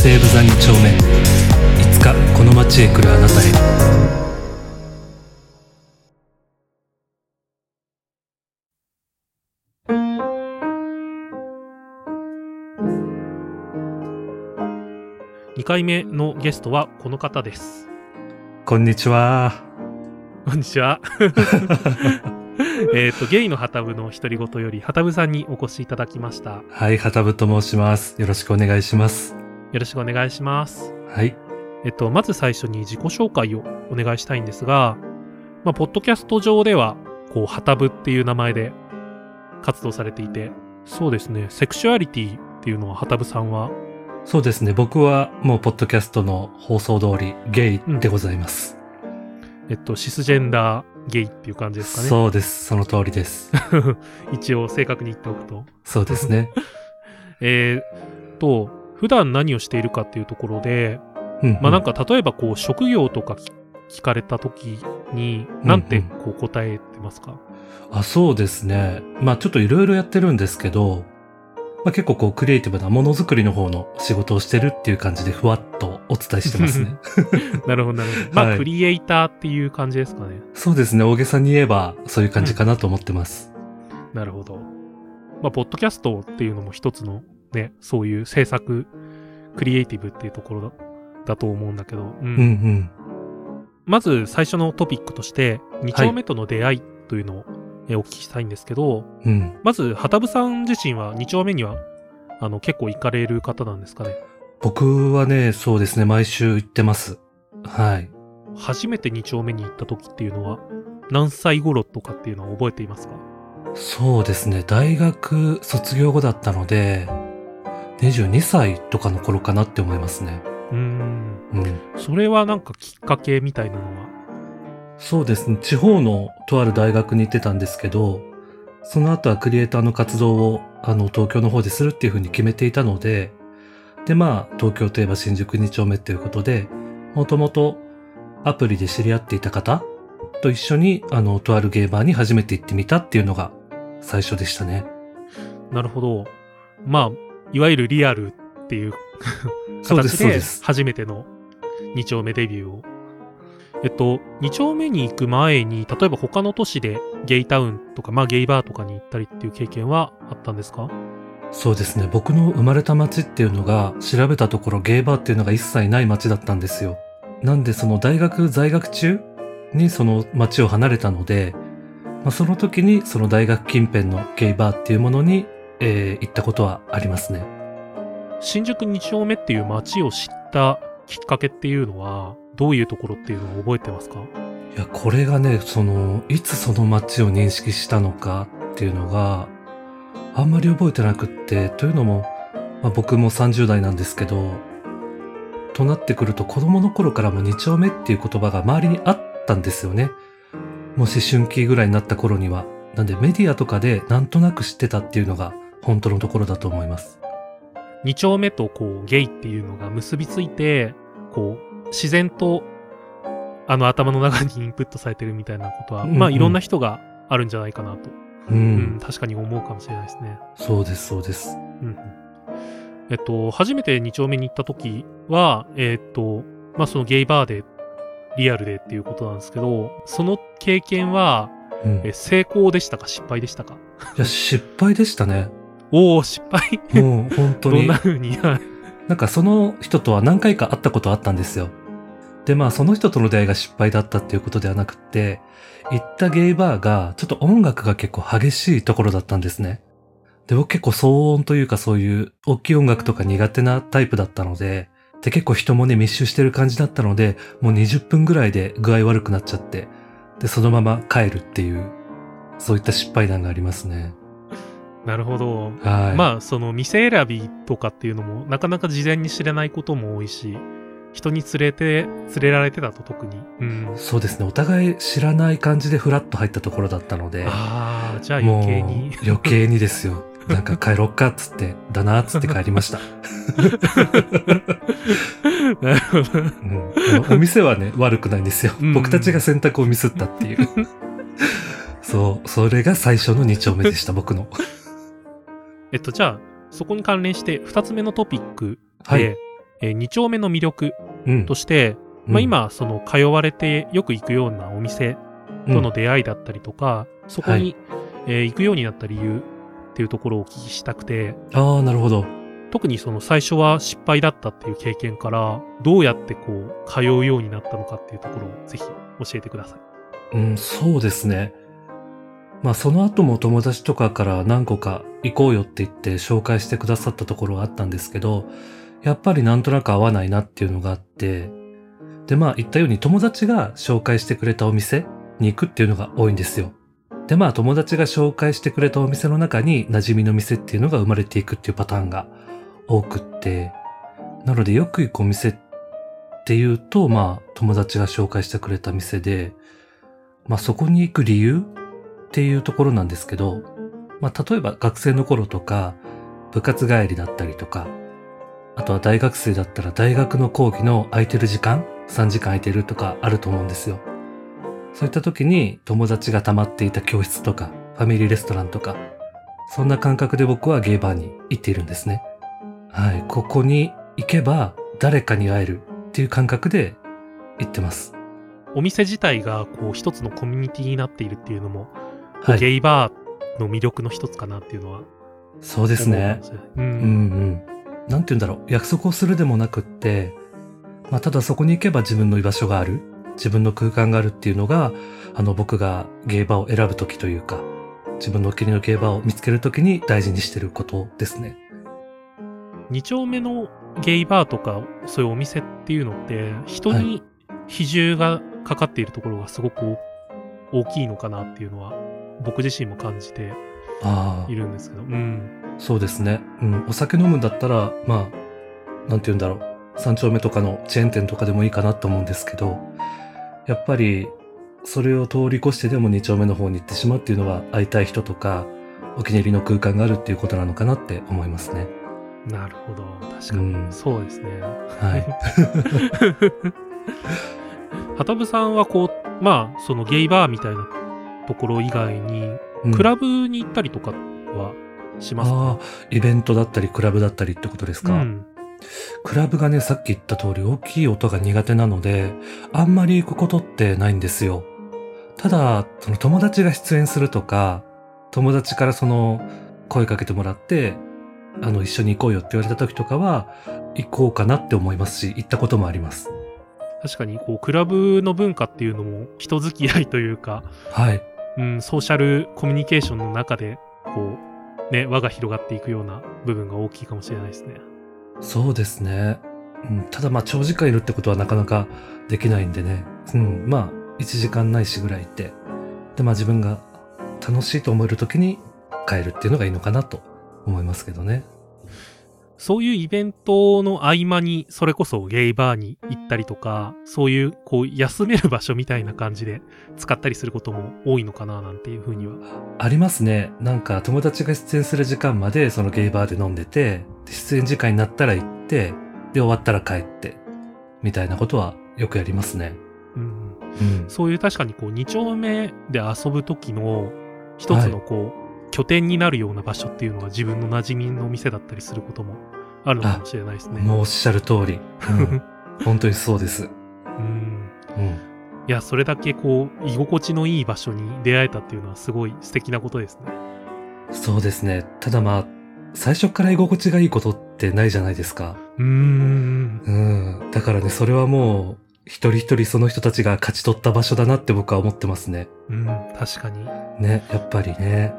西武座2丁目、いつかこの街へ来るあなたへ。 2回目のゲストはこの方です。 こんにちは。 こんにちは。ゲイのハタブの独り言よりハタブさんにお越しいただきました。 はい、ハタブと申します。よろしくお願いします。 よろしくお願いします。 はい。 まず最初に自己紹介をお願いしたいんですが、ポッドキャスト上ではハタブっていう名前で活動されていて、そうですね、セクシュアリティっていうのはハタブさんは？ そうですね、僕はもうポッドキャストの放送通りゲイでございます。 シスジェンダーゲイっていう感じですかね。 そうです、その通りです。 一応正確に言っておくと。 そうですね。 普段何をしているかっていうところで、なんか例えば職業とか聞かれた時になんて答えてますか？ そうですね。ちょっといろいろやってるんですけど、結構クリエイティブなものづくりの方の仕事をしてるっていう感じでふわっとお伝えしてますね。 なるほどなるほど。はい、クリエイターっていう感じですかね。 そうですね。大げさに言えばそういう感じかなと思ってます。 なるほど。ポッドキャストっていうのも一つのね、そういう制作クリエイティブっていうところだと思うんだけど、まず最初のトピックとして2丁目との出会いというのをお聞きしたいんですけど、まずハタブさん自身は2丁目には結構行かれる方なんですかね？ 僕はね、そうですね、毎週行ってます。はい。 初めて2丁目に行った時っていうのは何歳頃とかっていうのは覚えていますか？ そうですね、大学卒業後だったので22歳とかの頃かなって思いますね。 それはなんかきっかけみたいなのは？ そうですね、地方のとある大学に行ってたんですけど、その後はクリエイターの活動を東京の方でするっていう風に決めていたので、で東京といえば新宿2丁目っていうことで、もともとアプリで知り合っていた方と一緒にとあるゲーバーに初めて行ってみたっていうのが最初でしたね。 なるほど。いわゆるリアルっていう形で初めての2丁目デビューを。2丁目に行く前に、例えば他の都市でゲイタウンとか、ゲイバーとかに行ったりっていう経験はあったんですか？ そうですね。僕の生まれた町っていうのが、調べたところゲイバーっていうのが一切ない町だったんですよ。なんでその大学在学中にその町を離れたので、その時にその大学近辺のゲイバーっていうものに、行ったことはありますね。 新宿2丁目っていう町を知ったきっかけっていうのは、どういうところっていうのを覚えてますか？ いや、これがね、いつその街を認識したのかっていうのがあんまり覚えてなくって、というのも、僕も30代なんですけど、となってくると子供の頃からも2丁目っていう言葉が周りにあったんですよね。もう思春期ぐらいになった頃には。なんでメディアとかでなんとなく知ってたっていうのが本当のところだと思います。 2丁目とゲイっていうのが結びついて、自然と頭の中にインプットされてるみたいなことは、いろんな人があるんじゃないかなと、確かに思うかもしれないですね。 そうですそうです。 初めて2丁目に行った時はそのゲイバーでリアルでっていうことなんですけど、その経験は、成功でしたか失敗でしたか？ いや、失敗でしたね。 おー、失敗。 もう本当に。 どんな風に？ なんかその人とは何回か会ったことあったんですよ。で、その人との出会いが失敗だったっていうことではなくって、行ったゲイバーがちょっと音楽が結構激しいところだったんですね。で、僕結構騒音というかそういう大きい音楽とか苦手なタイプだったので、で結構人もね密集してる感じだったので、もう20分ぐらいで具合悪くなっちゃって、で、そのまま帰るっていう、そういった失敗談がありますね。 なるほど。 はい。 その店選びとかっていうのもなかなか事前に知らないことも多いし、人に連れられてたと特に。 そうですね。お互い知らない感じでフラッと入ったところだったので。 じゃあ余計に。 余計にですよ。なんか帰ろっかっつって、だなっつって帰りました。 なるほど。お店はね、悪くないんですよ。僕たちが選択をミスったっていう。そう、それが最初の2丁目でした、僕の。 じゃあ、そこに関連して2つ目のトピックで、 2丁目の魅力として、今、その通われてよく行くようなお店との出会いだったりとか、そこに、行くようになった理由っていうところをお聞きしたくて。 ああ、なるほど。 特にその最初は失敗だったっていう経験から、どうやってこう、通うようになったのかっていうところをぜひ教えてください。 そうですね。その後も友達とかから何個か行こうよって言って紹介してくださったところがあったんですけど、やっぱりなんとなく合わないなっていうのがあって、で言ったように友達が紹介してくれたお店に行くっていうのが多いんですよ。で友達が紹介してくれたお店の中に馴染みの店っていうのが生まれていくっていうパターンが多くって、なのでよく行くお店っていうと、友達が紹介してくれた店で、そこに行く理由っていうところなんですけど、例えば学生の頃とか、部活帰りだったりとか、あとは大学生だったら大学の講義の空いてる時間、3時間空いてるとかあると思うんですよ。そういった時に友達が溜まっていた教室とか、ファミリーレストランとか、そんな感覚で僕はゲイバーに行っているんですね。はい、ここに行けば誰かに会えるっていう感覚で行ってます。 お店自体がこう一つのコミュニティになっているっていうのも、ゲイバーの魅力の一つかなっていうのは。 そうですね。なんて言うんだろう、約束をするでもなくって、ただそこに行けば自分の居場所がある、自分の空間があるっていうのが、僕がゲイバーを選ぶときというか、自分のお気に入りのゲイバーを見つけるときに大事にしてることですね。 2丁目のゲイバーとか、そういうお店っていうのって、人に比重がかかっているところがすごく大きいのかなっていうのは、僕自身も感じているんですけど。 そうですね。お酒飲むんだったら、なんて言うんだろう。3丁目とかのチェーン店とかでもいいかなと思うんですけど、やっぱり、それを通り越してでも2丁目の方に行ってしまうっていうのは、会いたい人とか、お気に入りの空間があるっていうことなのかなって思いますね。 なるほど。確かに。そうですね。 はい。 はたぶさんはこう、そのゲイバーみたいなところ以外に、クラブに行ったりとかはしますか？ イベントだったり、クラブだったりってことですか？クラブがね、さっき言った通り大きい音が苦手なので、あんまり行くことってないんですよ。ただ、その友達が出演するとか、友達から声かけてもらって、一緒に行こうよって言われた時とかは、行こうかなって思いますし、行ったこともあります。 確かに、クラブの文化っていうのも人付き合いというか、 はい。 ソーシャルコミュニケーションの中で、輪が広がっていくような部分が大きいかもしれないですね。 そうですね。ただ長時間いるってことはなかなかできないんでね。1時間ないしぐらいいて。で、自分が楽しいと思える時に帰るっていうのがいいのかなと思いますけどね。 そういうイベントの合間に、それこそゲイバーに行ったりとか、そういう、休める場所みたいな感じで使ったりすることも多いのかな、なんていうふうには。 ありますね。なんか、友達が出演する時間まで、そのゲイバーで飲んでて、出演時間になったら行って、で、終わったら帰って、みたいなことはよくやりますね。 そういう確かに2丁目で遊ぶ時の一つの拠点になるような場所っていうのが自分の馴染みのお店だったりすることもあるのかもしれないですね。 もうおっしゃる通り。本当にそうです。 いや、それだけ居心地のいい場所に出会えたっていうのはすごい素敵なことですね。 そうですね。ただ最初から居心地がいいことってないじゃないですか。だからね、それはもう、一人一人その人たちが勝ち取った場所だなって僕は思ってますね。 確かに。 ね、やっぱりね。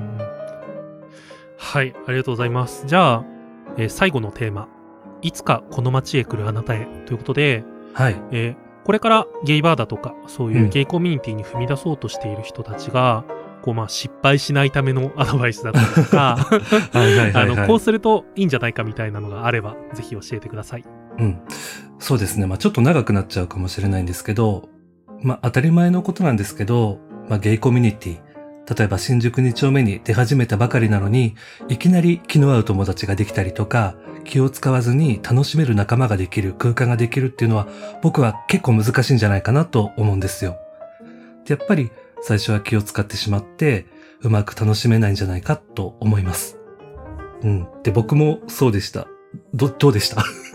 はい、ありがとうございます。じゃあ、最後のテーマ。いつかこの街へ来るあなたへということで、 はい。 これからゲイバーだとか、そういうゲイコミュニティに踏み出そうとしている人たちが、失敗しないためのアドバイスだったりとか、こうするといいんじゃないかみたいなのがあれば、ぜひ教えてください。 そうですね。ちょっと長くなっちゃうかもしれないんですけど、当たり前のことなんですけど、ゲイコミュニティ、例えば新宿2丁目に出始めたばかりなのに、いきなり気の合う友達ができたりとか、気を使わずに楽しめる仲間ができる、空間ができるっていうのは、僕は結構難しいんじゃないかなと思うんですよ。で、やっぱり最初は気を使ってしまって、うまく楽しめないんじゃないかと思います。で、僕もそうでした。どうでした？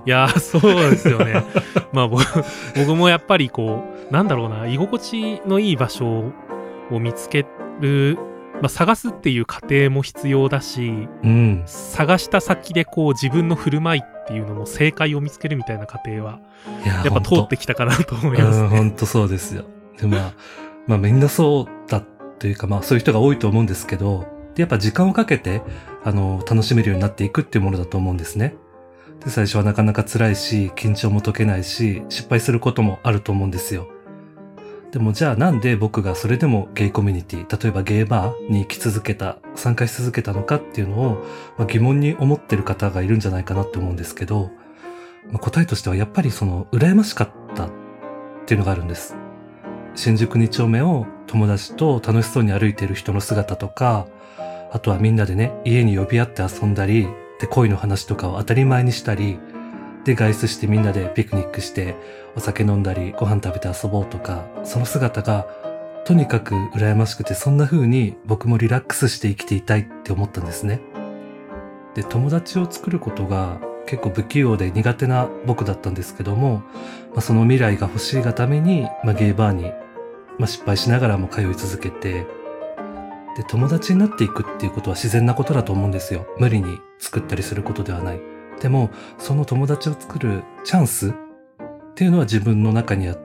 いやー、そうですよね。まあ僕もやっぱりこう、なんだろうな、居心地のいい場所を見つける、まあ探すっていう過程も必要だし、 うん。 探した先でこう自分の振る舞いっていうのも正解を見つけるみたいな過程は、 いや、 やっぱ通ってきたかなと思いますね。 本当そうですよ。で、まあみんなそうだというか、まあそういう人が多いと思うんですけど、で、やっぱ時間をかけて、楽しめるようになっていくっていうものだと思うんですね。で、最初はなかなか辛いし、緊張も解けないし、失敗することもあると思うんですよ。でもじゃあなんで僕がそれでもゲイコミュニティ、例えばゲイバーに行き続けた、参加し続けたのかっていうのを、疑問に思ってる方がいるんじゃないかなって思うんですけど、答えとしてはやっぱり羨ましかったっていうのがあるんです。新宿2丁目を友達と楽しそうに歩いている人の姿とか、あとはみんなでね、家に呼び合って遊んだり、で恋の話とかを当たり前にしたり、で外出してみんなでピクニックしてお酒飲んだりご飯食べて遊ぼうとか、その姿がとにかく羨ましくて、そんな風に僕もリラックスして生きていたいって思ったんですね。で、友達を作ることが結構不器用で苦手な僕だったんですけども、その未来が欲しいがために、ゲイバーに、失敗しながらも通い続けて、で、友達になっていくっていうことは自然なことだと思うんですよ。無理に作ったりすることではない。でも、その友達を作るチャンスっていうのは自分の中にあって、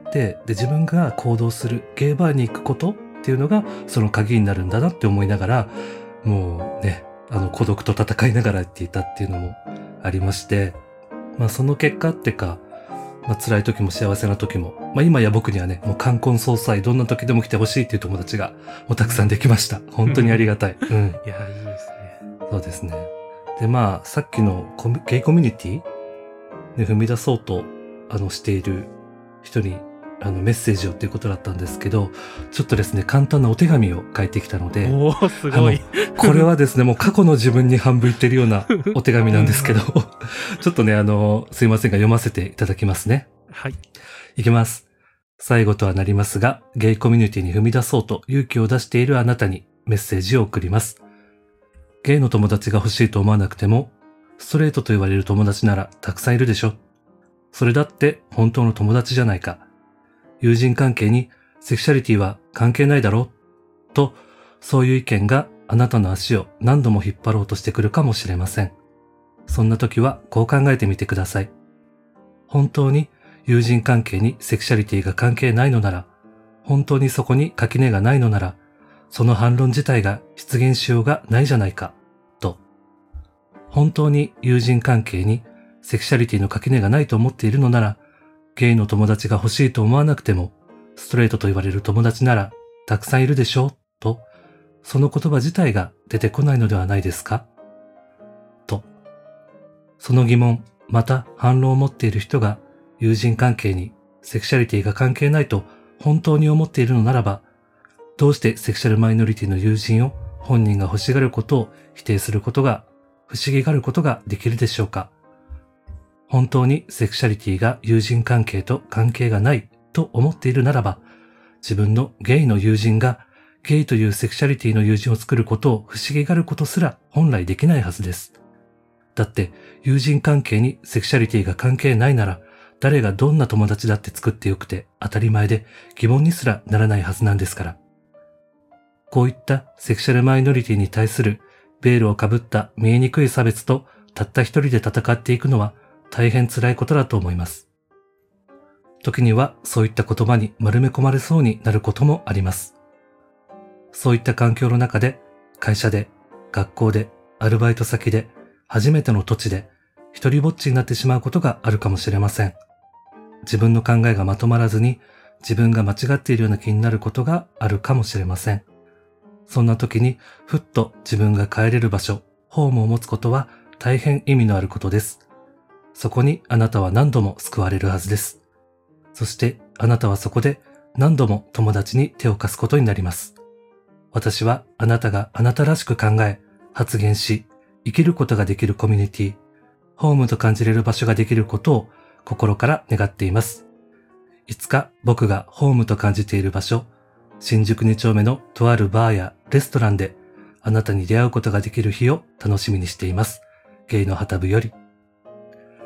で、自分が行動するゲイバーに行くことっていうのがその鍵になるんだなって思いながら、もうね、孤独と戦いながらやっていたっていうのもありまして、その結果ってか、辛い時も幸せな時も、今や僕にはね、もう冠婚葬祭どんな時でも来てほしいっていう友達がもうたくさんできました。本当にありがたい。うん。 いや、いいですね。 そうですね。で、さっきのゲイコミュニティで踏み出そうと、している人に、メッセージをっていうことだったんですけど、ちょっとですね、簡単なお手紙を書いてきたので、 おー、すごい。 これはですね、もう過去の自分に半分言ってるようなお手紙なんですけど、ちょっとね、すいませんが読ませていただきますね。 はい。 いきます。最後とはなりますが、ゲイコミュニティに踏み出そうと勇気を出しているあなたにメッセージを送ります。ゲイの友達が欲しいと思わなくても、ストレートと言われる友達ならたくさんいるでしょ。それだって本当の友達じゃないか。友人関係にセクシャリティは関係ないだろうと、そういう意見があなたの足を何度も引っ張ろうとしてくるかもしれません。そんな時はこう考えてみてください。本当に友人関係にセクシャリティが関係ないのなら、本当にそこに垣根がないのなら、その反論自体が出現しようがないじゃないか、と。本当に友人関係にセクシャリティの垣根がないと思っているのなら、ゲイの友達が欲しいと思わなくても、ストレートと言われる友達ならたくさんいるでしょう、と、その言葉自体が出てこないのではないですかと。その疑問、また反論を持っている人が友人関係にセクシャリティが関係ないと本当に思っているのならば、どうしてセクシャルマイノリティの友人を本人が欲しがることを否定することが、不思議がることができるでしょうか。本当にセクシャリティが友人関係と関係がないと思っているならば、自分のゲイの友人がゲイというセクシャリティの友人を作ることを不思議がることすら本来できないはずです。だって友人関係にセクシャリティが関係ないなら、誰がどんな友達だって作ってよくて当たり前で疑問にすらならないはずなんですから。こういったセクシャルマイノリティに対するベールをかぶった見えにくい差別とたった一人で戦っていくのは大変辛いことだと思います。時にはそういった言葉に丸め込まれそうになることもあります。そういった環境の中で、会社で、学校で、アルバイト先で、初めての土地で、一人ぼっちになってしまうことがあるかもしれません。自分の考えがまとまらずに、自分が間違っているような気になることがあるかもしれません。そんな時に、ふっと自分が帰れる場所、ホームを持つことは大変意味のあることです。そこにあなたは何度も救われるはずです。そしてあなたはそこで何度も友達に手を貸すことになります。私はあなたがあなたらしく考え、発言し、生きることができるコミュニティ、ホームと感じれる場所ができることを心から願っています。いつか僕がホームと感じている場所、新宿2丁目のとあるバーやレストランであなたに出会うことができる日を楽しみにしています。ゲイの旗部より。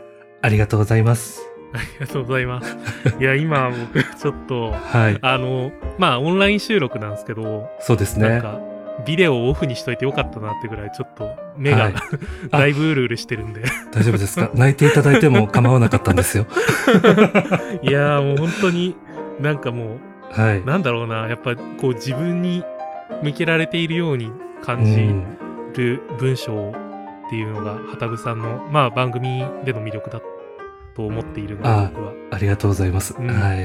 ありがとうございます。 ありがとうございます。いや、今僕ちょっと、 はい。 まあオンライン収録なんですけど、 そうですね。 なんか、ビデオをオフにしといてよかったなってぐらい、ちょっと目が、 はい、 だいぶうるうるしてるんで。 大丈夫ですか？泣いていただいても構わなかったんですよ。 いやーもう本当になんかもう、 はい。 なんだろうな、やっぱこう自分に向けられているように感じる文章っていうのが、はたぶさんの、まあ番組での魅力だと思っているので、僕は。 ありがとうございます。はい。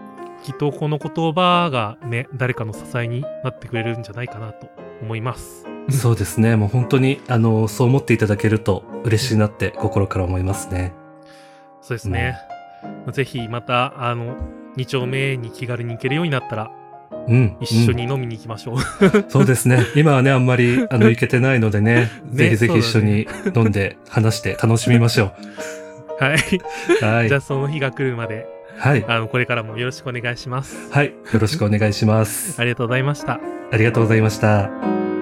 きっとこの言葉がね、誰かの支えになってくれるんじゃないかなと思います。 そうですね。もう本当に、そう思っていただけると嬉しいなって心から思いますね。 そうですね。ぜひまた、2丁目に気軽に行けるようになったら、一緒に飲みに行きましょう。 そうですね。今はね、あんまり、行けてないのでね、ぜひぜひ一緒に飲んで話して楽しみましょう。はい。 はい。 じゃあその日が来るまで、 はい。 これからもよろしくお願いします。 はい。よろしくお願いします。 ありがとうございました。 ありがとうございました。